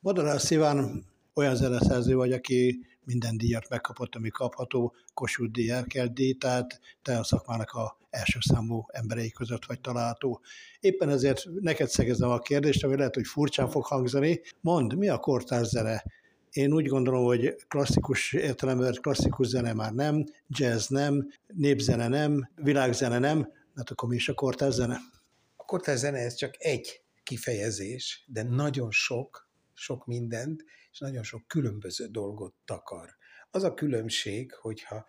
Madarász Iván olyan zeneszerző vagy, aki minden díjat megkapott, ami kapható, Kossuth díj, Erkel díj, tehát te a szakmának a első számú emberei között vagy található. Éppen ezért neked szegezem a kérdést, ami lehet, hogy furcsán fog hangzani. Mondd, mi a kortárs zene? Én úgy gondolom, hogy klasszikus értelemben klasszikus zene már nem, jazz nem, népzene nem, világzene nem, hát akkor mi is a kortárs zene? A kortárs zene ez csak egy kifejezés, de nagyon sok mindent, és nagyon sok különböző dolgot takar. Az a különbség, hogyha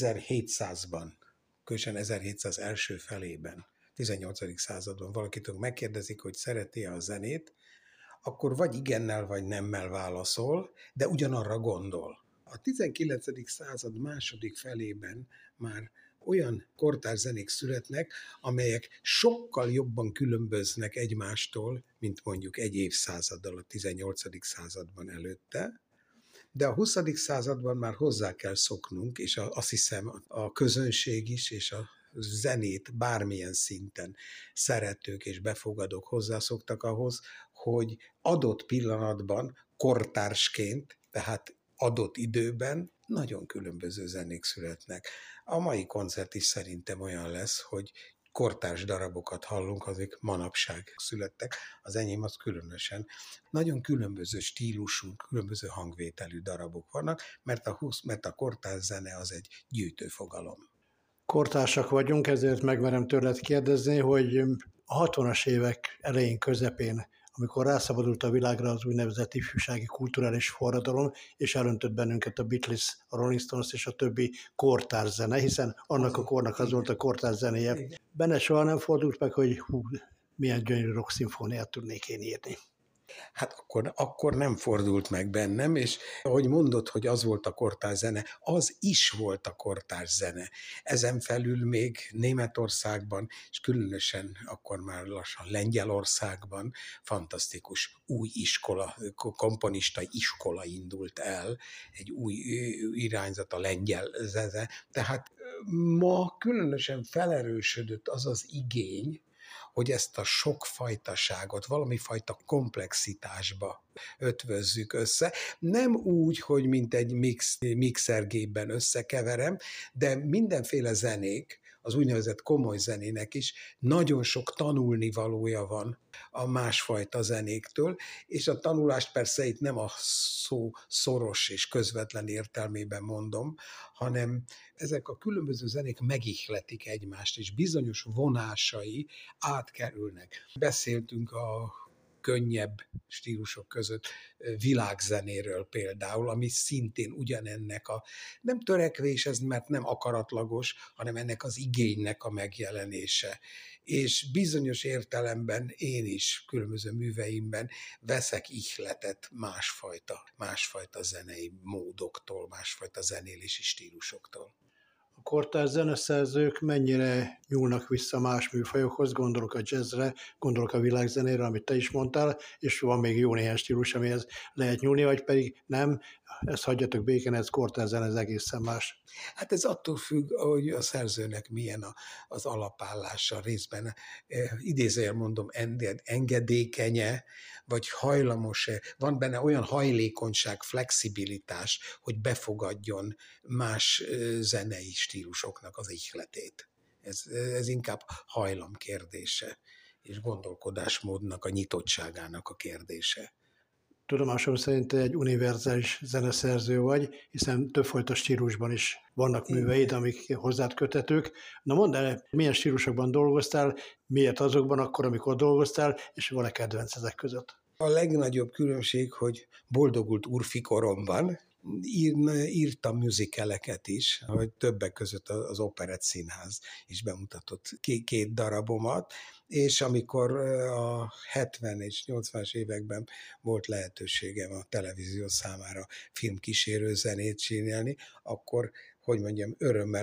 1700-ban, különösen 1700 első felében, 18. században valakitől megkérdezik, hogy szereti-e a zenét, akkor vagy igennel, vagy nemmel válaszol, de ugyanarra gondol. A 19. század második felében már olyan kortárs zenék születnek, amelyek sokkal jobban különböznek egymástól, mint mondjuk egy évszázaddal a 18. században előtte, de a 20. században már hozzá kell szoknunk, és azt hiszem a közönség is, és a zenét bármilyen szinten szeretők és befogadók hozzászoktak ahhoz, hogy adott pillanatban kortársként, tehát adott időben nagyon különböző zenék születnek. A mai koncert is szerintem olyan lesz, hogy kortárs darabokat hallunk, azok manapság születtek, az enyém az különösen. Nagyon különböző stílusú, különböző hangvételű darabok vannak, mert a kortárs zene az egy gyűjtőfogalom. Kortársak vagyunk, ezért megmerem tőled kérdezni, hogy a 60-as évek elején, közepén, amikor rászabadult a világra az úgynevezett ifjúsági kulturális forradalom, és elöntött bennünket a Beatles, a Rolling Stones és a többi kortárs zene, hiszen annak a kornak az volt a kortárs zenéje. Benne soha nem fordult meg, hogy milyen gyönyörű rock-szimfóniát tudnék én írni. Hát akkor nem fordult meg bennem, és ahogy mondod, hogy az volt a kortárs zene, az is volt a kortárs zene. Ezen felül még Németországban, és különösen akkor már lassan Lengyelországban fantasztikus új iskola, komponista iskola indult el, egy új irányzat, a lengyel zene. Tehát ma különösen felerősödött az az igény, hogy ezt a sokfajtaságot valami fajta komplexitásba ötvözzük össze. Nem úgy, hogy mint egy mixergépben összekeverem, de mindenféle zenék, az úgynevezett komoly zenének is nagyon sok tanulnivalója van a másfajta zenéktől, és a tanulást persze itt nem a szó szoros és közvetlen értelmében mondom, hanem ezek a különböző zenék megihletik egymást, és bizonyos vonásai átkerülnek. Beszéltünk a könnyebb stílusok között világzenéről például, ami szintén ugyanennek a nem törekvés, ez mert nem akaratlagos, hanem ennek az igénynek a megjelenése. És bizonyos értelemben én is különböző műveimben veszek ihletet másfajta zenei módoktól, másfajta zenélési stílusoktól. A kortárs zeneszerzők mennyire nyúlnak vissza más műfajokhoz, gondolok a jazzre, gondolok a világzenére, amit te is mondtál, és van még jó néhány stílus, amihez lehet nyúlni, vagy pedig nem, ezt hagyjatok békén, ez kortárs zene, ez egészen más. Hát ez attól függ, hogy a szerzőnek milyen az alapállása részben, idézőjel mondom, engedékenye, vagy hajlamos-e, van benne olyan hajlékonyság, flexibilitás, hogy befogadjon más zenei stílusoknak az ihletét. Ez inkább hajlam kérdése, és gondolkodásmódnak a nyitottságának a kérdése. Tudomásom szerint egy univerzális zeneszerző vagy, hiszen többfajta stílusban is vannak műveid, amik hozzád kötetők. Na mondd el, milyen stílusokban dolgoztál, miért azokban akkor, amikor dolgoztál, és van-e kedvenc ezek között? A legnagyobb különbség, hogy boldogult úrfi koromban írtam musicaleket is, hogy többek között az Operett Színház is bemutatott két darabomat, és amikor a 70 és 80-as években volt lehetőségem a televízió számára filmkísérő zenét csinálni, akkor, hogy mondjam, örömmel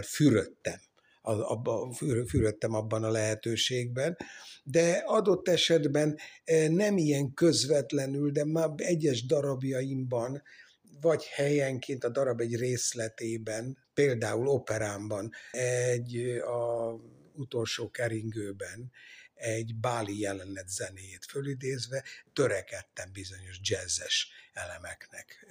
fürödtem abban a lehetőségben, de adott esetben nem ilyen közvetlenül, de már egyes darabjaimban, vagy helyenként a darab egy részletében, például operámban, a utolsó keringőben egy báli jelenet zenéjét fölidézve törekedtem bizonyos jazzes elemeknek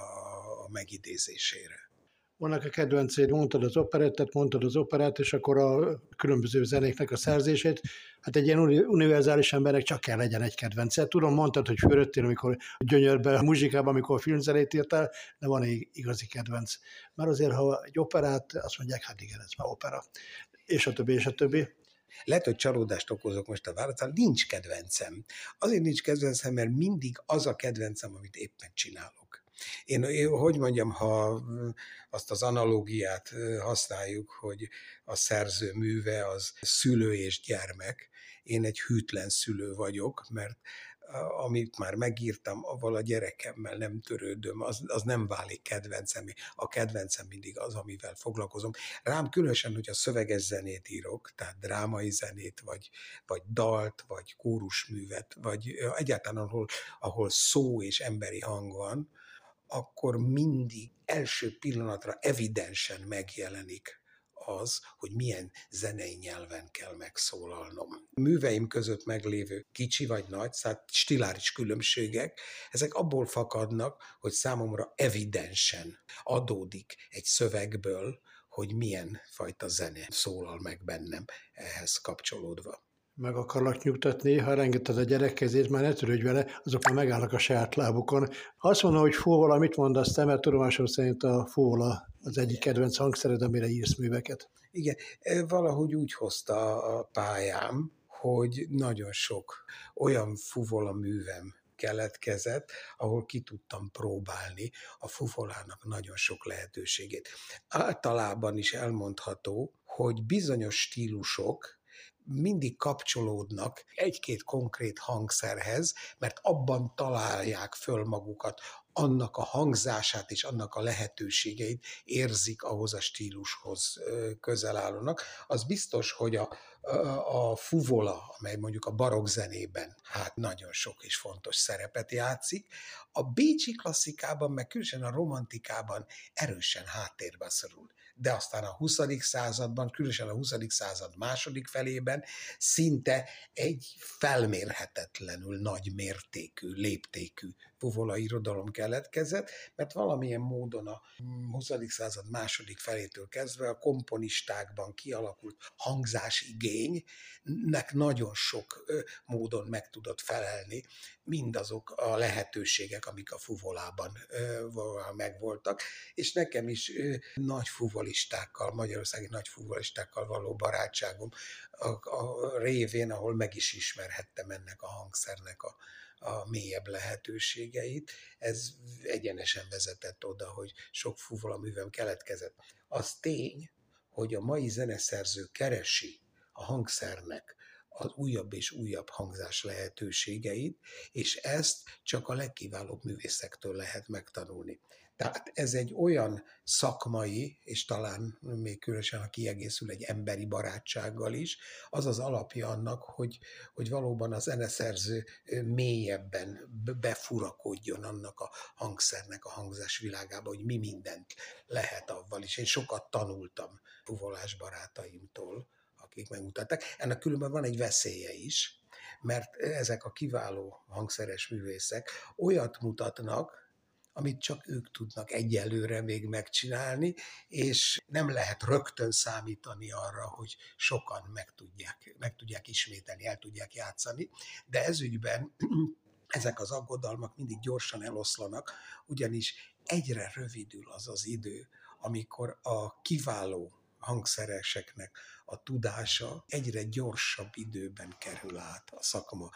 a megidézésére. Vannak a kedvenceid, mondtad az operettet, mondtad az operát, és akkor a különböző zenéknek a szerzését. Hát egy ilyen univerzális embernek csak kell legyen egy kedvence. Tudom, mondtad, hogy fürödtél, amikor Gyönyörben, a muzsikában, amikor filmzenét írtál, de van egy igazi kedvenc. Mert azért, ha egy operát, azt mondják, hát igen, ez már opera. És a többi, és a többi. Lehet, hogy csalódást okozok most a választán, nincs kedvencem. Azért nincs kedvencem, mert mindig az a kedvencem, amit éppen csinálok. Én hogy mondjam, ha azt az analógiát használjuk, hogy a szerző műve az szülő és gyermek, én egy hűtlen szülő vagyok, mert amit már megírtam, avval a gyerekemmel nem törődöm, az nem válik kedvencemé. A kedvencem mindig az, amivel foglalkozom. Rám különösen, hogy a szöveges zenét írok, tehát drámai zenét, vagy dalt, vagy kórusművet, vagy egyáltalán ahol szó és emberi hang van, akkor mindig első pillanatra evidensen megjelenik az, hogy milyen zenei nyelven kell megszólalnom. A műveim között meglévő kicsi vagy nagy, stiláris különbségek, ezek abból fakadnak, hogy számomra evidensen adódik egy szövegből, hogy milyen fajta zene szólal meg bennem ehhez kapcsolódva. Meg akarlak nyugtatni, ha rengeted a gyerek kezét, már ne törődj vele, azok már megállnak a saját lábukon. Ha azt mondom, hogy fúvola, mit mondasz te, mert tudomásom szerint a fúvola az egyik kedvenc hangszered, amire írsz műveket. Igen, valahogy úgy hozta a pályám, hogy nagyon sok olyan fuvola művem keletkezett, ahol ki tudtam próbálni a fuvolának nagyon sok lehetőségét. Általában is elmondható, hogy bizonyos stílusok mindig kapcsolódnak egy-két konkrét hangszerhez, mert abban találják föl magukat, annak a hangzását és annak a lehetőségeit érzik ahhoz a stílushoz közel állónak. Az biztos, hogy a fuvola, amely mondjuk a barokk zenében hát nagyon sok és fontos szerepet játszik, a bécsi klasszikában, meg különösen a romantikában erősen háttérbe szorul. De aztán a 20. században, különösen a 20. század második felében szinte egy felmérhetetlenül nagy mértékű, léptékű fuvola irodalom keletkezett, mert valamilyen módon a 20. század második felétől kezdve a komponistákban kialakult hangzásigénynek nagyon sok módon meg tudott felelni mindazok a lehetőségek, amik a fuvolában megvoltak, és nekem is nagy fuvolistákkal, magyarországi nagy fuvolistákkal való barátságom a révén, ahol meg is ismerhettem ennek a hangszernek a mélyebb lehetőségeit. Ez egyenesen vezetett oda, hogy sok fuvola művem keletkezett. Az tény, hogy a mai zeneszerző keresi a hangszernek az újabb és újabb hangzás lehetőségeit, és ezt csak a legkiválóbb művészektől lehet megtanulni. Tehát ez egy olyan szakmai, és talán még különösen, ha kiegészül egy emberi barátsággal is, az az alapja annak, hogy valóban a zeneszerző mélyebben befurakodjon annak a hangszernek a hangzás világába, hogy mi mindent lehet avval is. Én sokat tanultam fuvolás barátaimtól, akik megmutatták. Ennek különben van egy veszélye is, mert ezek a kiváló hangszeres művészek olyat mutatnak, amit csak ők tudnak egyelőre még megcsinálni, és nem lehet rögtön számítani arra, hogy sokan meg tudják ismételni, el tudják játszani, de ezügyben ezek az aggodalmak mindig gyorsan eloszlanak, ugyanis egyre rövidül az az idő, amikor a kiváló hangszereseknek a tudása egyre gyorsabb időben kerül át a szakma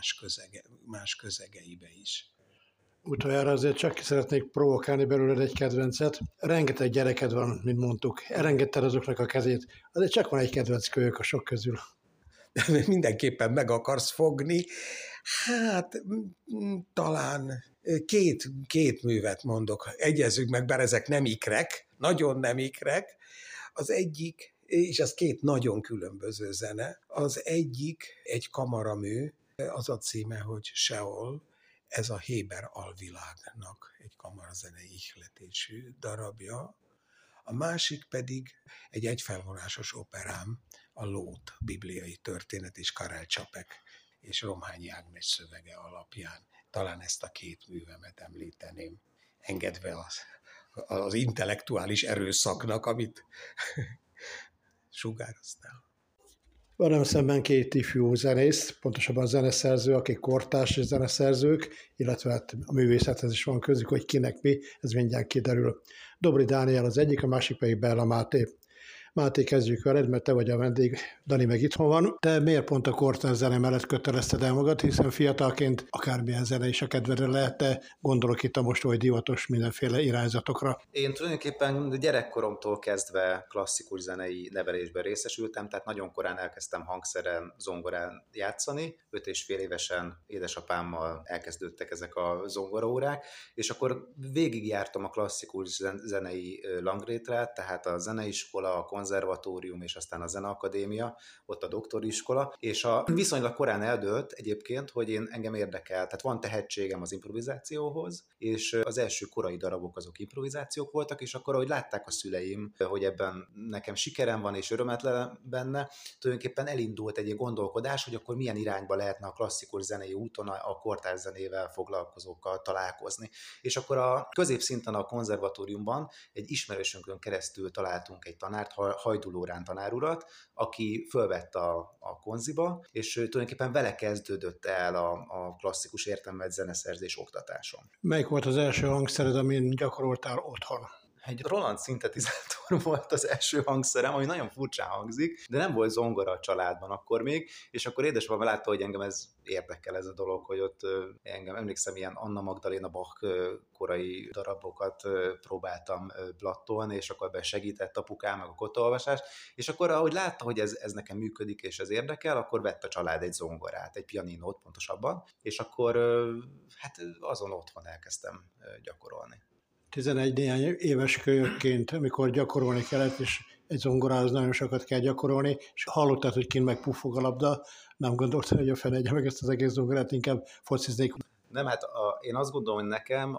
más közegeibe is. Utoljára azért csak szeretnék provokálni belőled egy kedvencet. Rengeteg gyereked van, mint mondtuk. Elengedted azoknak a kezét. Azért csak van egy kedvenc kölyök a sok közül. Mindenképpen meg akarsz fogni. Hát talán két művet mondok. Egyezzük meg, bár ezek nem ikrek, nagyon nem ikrek. Az egyik, és ez két nagyon különböző zene, az egyik egy kamaramű, az a címe, hogy Seol, ez a Héber alvilágnak egy kamarazenei ihletésű darabja, a másik pedig egy egyfelvonásos operám, a Lót, bibliai történet és Karel Čapek és Romhányi Ágnes szövege alapján. Talán ezt a két művemet említeném, engedve az intellektuális erőszaknak, amit sugároztál. Velem szemben két ifjú zenész, pontosabban zeneszerző, akik kortárs zeneszerzők, illetve hát a művészethez is van közük, hogy kinek mi, ez mindjárt kiderül. Dobri Dániel az egyik, a másik pedig Bella Máté. Máté, kezdjük veled, mert te vagy a vendég, Dani meg itthon van. Te miért pont a kortárs zene mellett kötelezted el magad, hiszen fiatalként akármilyen zene is a kedvedre lehet, te gondolok itt a most oly divatos mindenféle irányzatokra. Én tulajdonképpen gyerekkoromtól kezdve klasszikus zenei nevelésben részesültem, tehát nagyon korán elkezdtem hangszeren, zongorán játszani. 5,5 évesen édesapámmal elkezdődtek ezek a zongoraórák, és akkor végigjártam a klasszikus zenei langrétrát, tehát a zeneiskola, a konzervatórium és aztán a zeneakadémia, ott a doktoriskola, és viszonylag korán eldőlt egyébként, hogy engem érdekel, tehát van tehetségem az improvizációhoz, és az első korai darabok azok improvizációk voltak, és akkor, ahogy látták a szüleim, hogy ebben nekem sikerem van és örömet le benne, tulajdonképpen elindult egy gondolkodás, hogy akkor milyen irányba lehetne a klasszikus zenei úton a kortárs zenével foglalkozókkal találkozni. És akkor a középszinten a konzervatóriumban egy ismerősünkön keresztül találtunk egy tanárt, Hajdú Lórán tanárurat, aki fölvett a konziba, és tulajdonképpen vele kezdődött el a klasszikus értelmet zeneszerzés oktatásom. Melyik volt az első hangszered, amin gyakoroltál otthon? Egy Roland szintetizátor volt az első hangszerem, ami nagyon furcsán hangzik, de nem volt zongora a családban akkor még, és akkor édesapám látta, hogy engem ez érdekel ez a dolog, hogy ott engem emlékszem, ilyen Anna Magdalena Bach korai darabokat próbáltam blattolni, és akkor ebben segített apukám, meg a kottaolvasás, és akkor ahogy látta, hogy ez nekem működik, és ez érdekel, akkor vett a család egy zongorát, egy pianinót pontosabban, és akkor hát azon otthon elkezdtem gyakorolni. 11 néhány éves kölyökként, amikor gyakorolni kellett, és egy zongorához nagyon sokat kell gyakorolni, és hallottad, hogy kint meg puffog a labda, nem gondoltad, hogy a fenegye meg ezt az egész zongorát, inkább fociznék. Nem, hát én azt gondolom, hogy nekem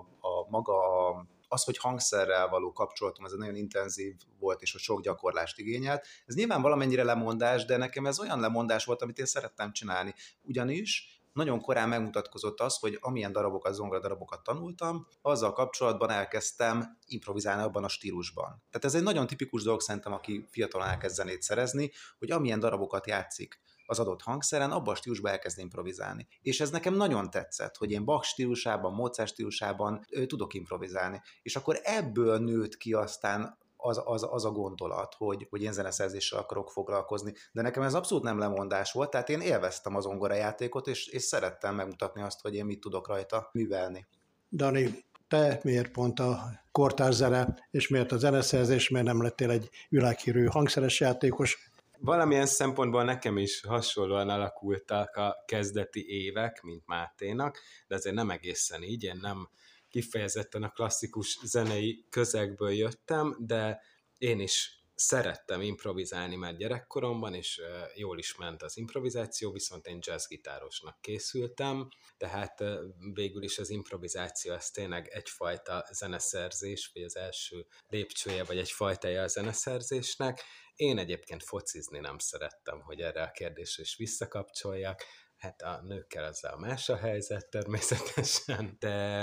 maga az, hogy hangszerrel való kapcsolatom, ez nagyon intenzív volt, és hogy sok gyakorlást igényelt. Ez nyilván valamennyire lemondás, de nekem ez olyan lemondás volt, amit én szerettem csinálni. Ugyanis nagyon korán megmutatkozott az, hogy amilyen darabokat, zongoradarabokat tanultam, azzal kapcsolatban elkezdtem improvizálni abban a stílusban. Tehát ez egy nagyon tipikus dolog szerintem, aki fiatalon elkezd zenét szerezni, hogy amilyen darabokat játszik az adott hangszeren, abban a stílusban elkezd improvizálni. És ez nekem nagyon tetszett, hogy én Bach stílusában, Mozart stílusában tudok improvizálni. És akkor ebből nőtt ki aztán az a gondolat, hogy én zeneszerzéssel akarok foglalkozni. De nekem ez abszolút nem lemondás volt, tehát én élveztem az zongorajátékot, és szerettem megmutatni azt, hogy én mit tudok rajta művelni. Dani, te miért pont a kortárs zene, és miért a zeneszerzés, miért nem lettél egy világhírű hangszeres játékos? Valamilyen szempontból nekem is hasonlóan alakultak a kezdeti évek, mint Máténak, de azért nem egészen így, én nem kifejezetten a klasszikus zenei közegből jöttem, de én is szerettem improvizálni már gyerekkoromban, és jól is ment az improvizáció, viszont én jazzgitárosnak készültem, tehát végül is az improvizáció az tényleg egyfajta zeneszerzés, vagy az első lépcsője, vagy egy fajtája a zeneszerzésnek. Én egyébként focizni nem szerettem, hogy erre a kérdésre is visszakapcsoljak. Hát a nőkkel azzal más a helyzet természetesen,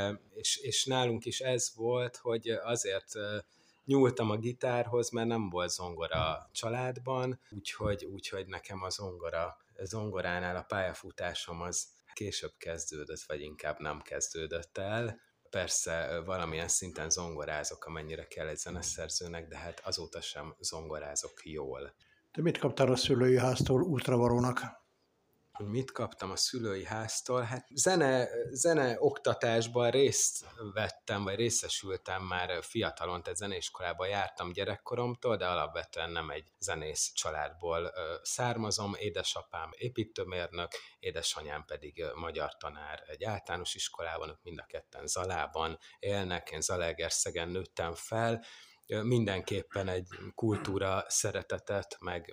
és nálunk is ez volt, hogy azért nyúltam a gitárhoz, mert nem volt zongora a családban, úgyhogy nekem a zongoránál a pályafutásom az később kezdődött, vagy inkább nem kezdődött el. Persze valamilyen szinten zongorázok, amennyire kell egy zeneszerzőnek, de hát azóta sem zongorázok jól. Te mit kaptál a szülői háztól útravarónak? Mit kaptam a szülői háztól? Hát zene oktatásban részt vettem, vagy részesültem már fiatalon, tehát zeneiskolában jártam gyerekkoromtól, de alapvetően nem egy zenész családból származom. Édesapám építőmérnök, édesanyám pedig magyar tanár egy általános iskolában, ők mind a ketten Zalában élnek, én Zalaegerszegen nőttem fel, mindenképpen egy kultúra szeretetet, meg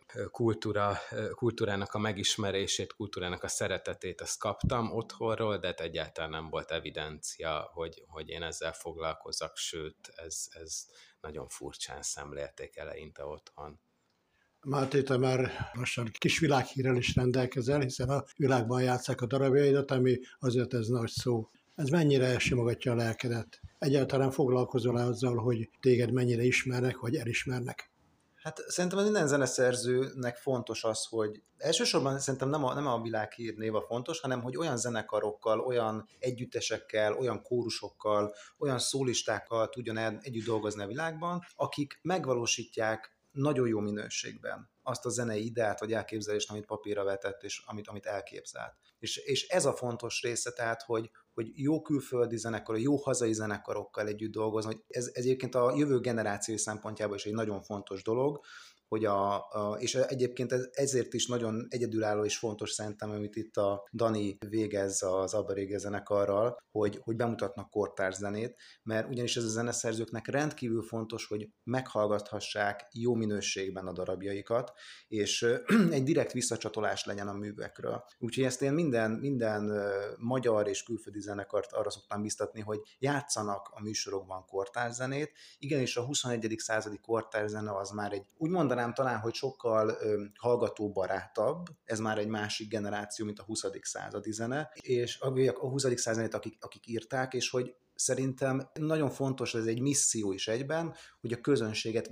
kultúrának a megismerését, kultúrának a szeretetét azt kaptam otthonról, de egyáltalán nem volt evidencia, hogy én ezzel foglalkozak, sőt, ez nagyon furcsán szemlélték eleinte otthon. Máté, te már lassan kis világhírrel is rendelkezel, hiszen a világban játsszák a darabjaidat, ami azért ez nagy szó. Ez mennyire simogatja a lelkedet? Egyáltalán foglalkozol azzal, hogy téged mennyire ismernek, vagy elismernek? Hát szerintem minden zeneszerzőnek fontos az, hogy elsősorban szerintem nem a világhír név a fontos, hanem hogy olyan zenekarokkal, olyan együttesekkel, olyan kórusokkal, olyan szólistákkal tudjon együtt dolgozni a világban, akik megvalósítják nagyon jó minőségben azt a zenei ideát vagy elképzelést, amit papírra vetett, és amit elképzelt. És ez a fontos része, tehát, hogy jó külföldi zenekar, jó hazai zenekarokkal együtt dolgozni, hogy ez egyébként a jövő generáció szempontjából is egy nagyon fontos dolog, hogy és egyébként ezért is nagyon egyedülálló és fontos szerintem, amit itt a Dani végez az Alba Regia zenekarral, hogy bemutatnak kortárs zenét, mert ugyanis ez a zeneszerzőknek rendkívül fontos, hogy meghallgathassák jó minőségben a darabjaikat, és egy direkt visszacsatolás legyen a művekről. Úgyhogy ezt én minden magyar és külföldi zenekart arra szoktam biztatni, hogy játszanak a műsorokban kortárs zenét. Igenis a 21. századi kortárs zene az már úgy mondanám talán, hogy sokkal hallgatóbarátabb, ez már egy másik generáció, mint a 20. századi zene, és a 20. századit akik írták, és hogy szerintem nagyon fontos, ez egy misszió is egyben, hogy a közönséget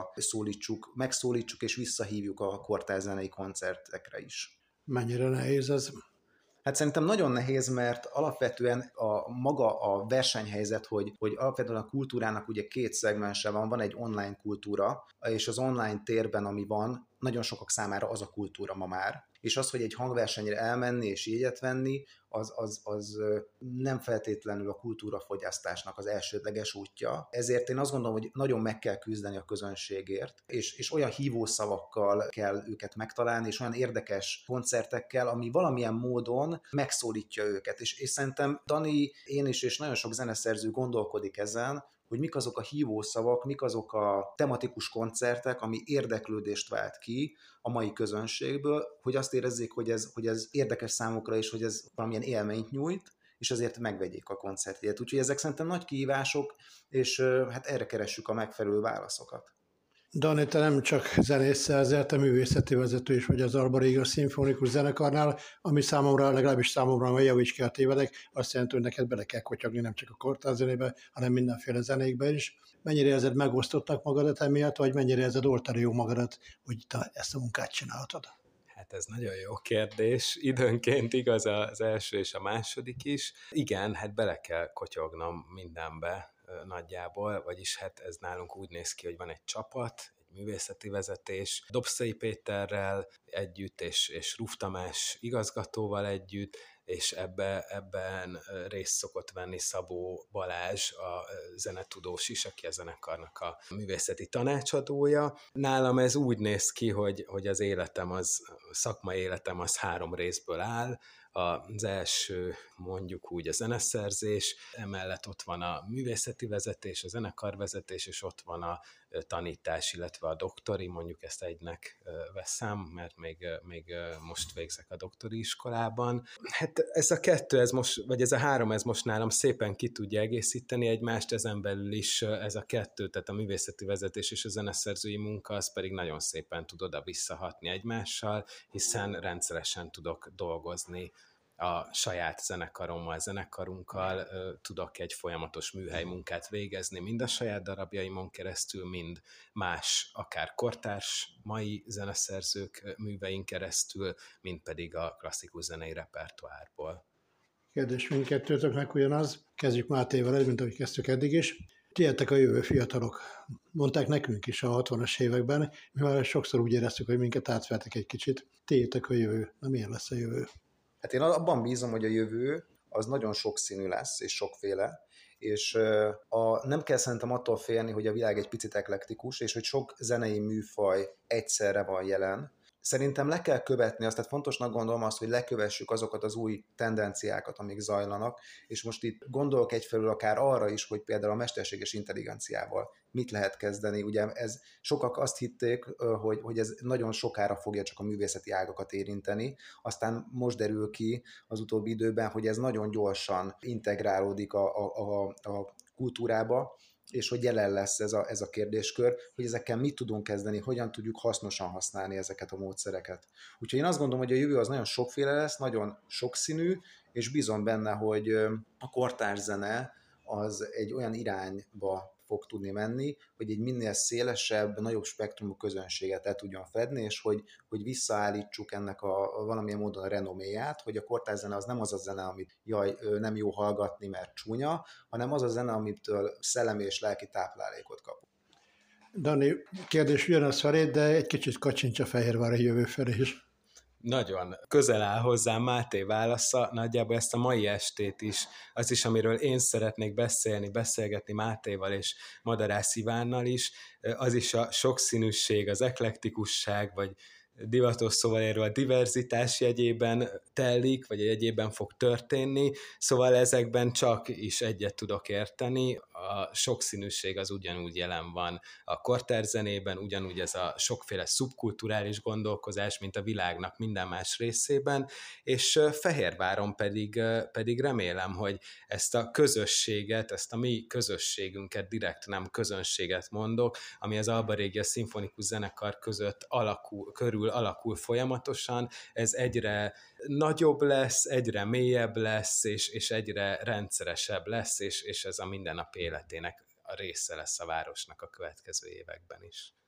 megszólítsuk és visszahívjuk a kortárs zenei koncertekre is. Mennyire nehéz ez? Hát szerintem nagyon nehéz, mert alapvetően maga a versenyhelyzet, hogy alapvetően a kultúrának ugye két szegmense van egy online kultúra, és az online térben, ami van, nagyon sokak számára az a kultúra ma már. És az, hogy egy hangversenyre elmenni és jegyet venni, az nem feltétlenül a kultúrafogyasztásnak az elsődleges útja. Ezért én azt gondolom, hogy nagyon meg kell küzdeni a közönségért, és olyan hívószavakkal kell őket megtalálni, és olyan érdekes koncertekkel, ami valamilyen módon megszólítja őket. És szerintem Dani, én is, és nagyon sok zeneszerző gondolkodik ezen, hogy mik azok a hívószavak, mik azok a tematikus koncertek, ami érdeklődést vált ki a mai közönségből, hogy azt érezzék, hogy ez érdekes számukra, és hogy ez valamilyen élményt nyújt, és azért megvegyék a koncertjét. Úgyhogy ezek szerintem nagy kihívások, és hát erre keressük a megfelelő válaszokat. Dani, te nem csak zenész szerzel, te művészeti vezető is vagy az Alba Regia szimfonikus zenekarnál, ami számomra, legalábbis számomra, ha javíts ki a tévedek, azt jelenti, hogy neked bele kell kotyogni nem csak a kortárs zenébe, hanem mindenféle zenékbe is. Mennyire érzed megosztottak magadat emiatt, vagy mennyire érzed oltani jó magadat, hogy te ezt a munkát csinálhatod? Hát ez nagyon jó kérdés. Időnként igaz az első és a második is. Igen, hát bele kell kotyognom mindenbe nagyjából, vagyis hát ez nálunk úgy néz ki, hogy van egy csapat, egy művészeti vezetés, Dobszai Péterrel együtt, és Ruf Tamás igazgatóval együtt, és ebben részt szokott venni Szabó Balázs, a zenetudós is, aki a zenekarnak a művészeti tanácsadója. Nálam ez úgy néz ki, hogy az szakmai életem az 3 részből áll. Az első, mondjuk úgy, a zeneszerzés, emellett ott van a művészeti vezetés, a zenekarvezetés, és ott van a tanítás, illetve a doktori, mondjuk ezt egynek veszem, mert még most végzek a doktori iskolában. Hát ez a 2, vagy ez a 3, ez most nálam szépen ki tudja egészíteni egymást, ezen belül is ez a 2, tehát a művészeti vezetés és a zeneszerzői munka, az pedig nagyon szépen tud oda visszahatni egymással, hiszen rendszeresen tudok dolgozni a saját zenekarunkkal tudok egy folyamatos műhelymunkát végezni, mind a saját darabjaimon keresztül, mind más, akár kortárs mai zeneszerzők művein keresztül, mind pedig a klasszikus zenei repertoárból. Kérdés mindkettőtöknek ugyanaz. Kezdjük Mátéval, mint ahogy kezdtük eddig is. Tiétek a jövő, fiatalok. Mondták nekünk is a 60-as években, mi már sokszor úgy éreztük, hogy minket átvertek egy kicsit. Tiétek a jövő. Na milyen lesz a jövő? Hát én abban bízom, hogy a jövő az nagyon sokszínű lesz, és sokféle, és nem kell szerintem attól félni, hogy a világ egy picit eklektikus, és hogy sok zenei műfaj egyszerre van jelen. Szerintem le kell követni azt, tehát fontosnak gondolom azt, hogy lekövessük azokat az új tendenciákat, amik zajlanak, és most itt gondolok egyfelől akár arra is, hogy például a mesterséges intelligenciával mit lehet kezdeni. Ugye sokak azt hitték, hogy ez nagyon sokára fogja csak a művészeti ágakat érinteni, aztán most derül ki az utóbbi időben, hogy ez nagyon gyorsan integrálódik a kultúrába, és hogy jelen lesz ez a kérdéskör, hogy ezekkel mit tudunk kezdeni, hogyan tudjuk hasznosan használni ezeket a módszereket. Úgyhogy én azt gondolom, hogy a jövő az nagyon sokféle lesz, nagyon sokszínű, és bízom benne, hogy a kortárs zene az egy olyan irányba fog tudni menni, hogy egy minél szélesebb, nagyobb spektrumú közönséget el tudjon fedni, és hogy visszaállítsuk ennek valamilyen módon a renoméját, hogy a kortárs zene az nem az a zene, amit nem jó hallgatni, mert csúnya, hanem az a zene, amitől szellemi és lelki táplálékot kapunk. Dani, kérdés ugyanaz felé, de egy kicsit kacsincs a Fehérvári jövő felé is. Nagyon közel áll hozzám Máté válasza, nagyjából ezt a mai estét is, az is, amiről én szeretnék beszélgetni Mátéval és Madarász Ivánnal is, az is a sokszínűség, az eklektikusság, vagy divatos szóval érve a diverzitás jegyében telik, vagy jegyében fog történni, szóval ezekben csak is egyet tudok érteni, a sokszínűség az ugyanúgy jelen van a kortárs zenében, ugyanúgy ez a sokféle szubkulturális gondolkozás, mint a világnak minden más részében, és Fehérváron pedig remélem, hogy ezt a közösséget, ezt a mi közösségünket, direkt nem közönséget mondok, ami az Alba Regia szimfonikus zenekar körül alakul folyamatosan, ez egyre nagyobb lesz, egyre mélyebb lesz, és egyre rendszeresebb lesz, és ez a mindennapi életének a része lesz a városnak a következő években is.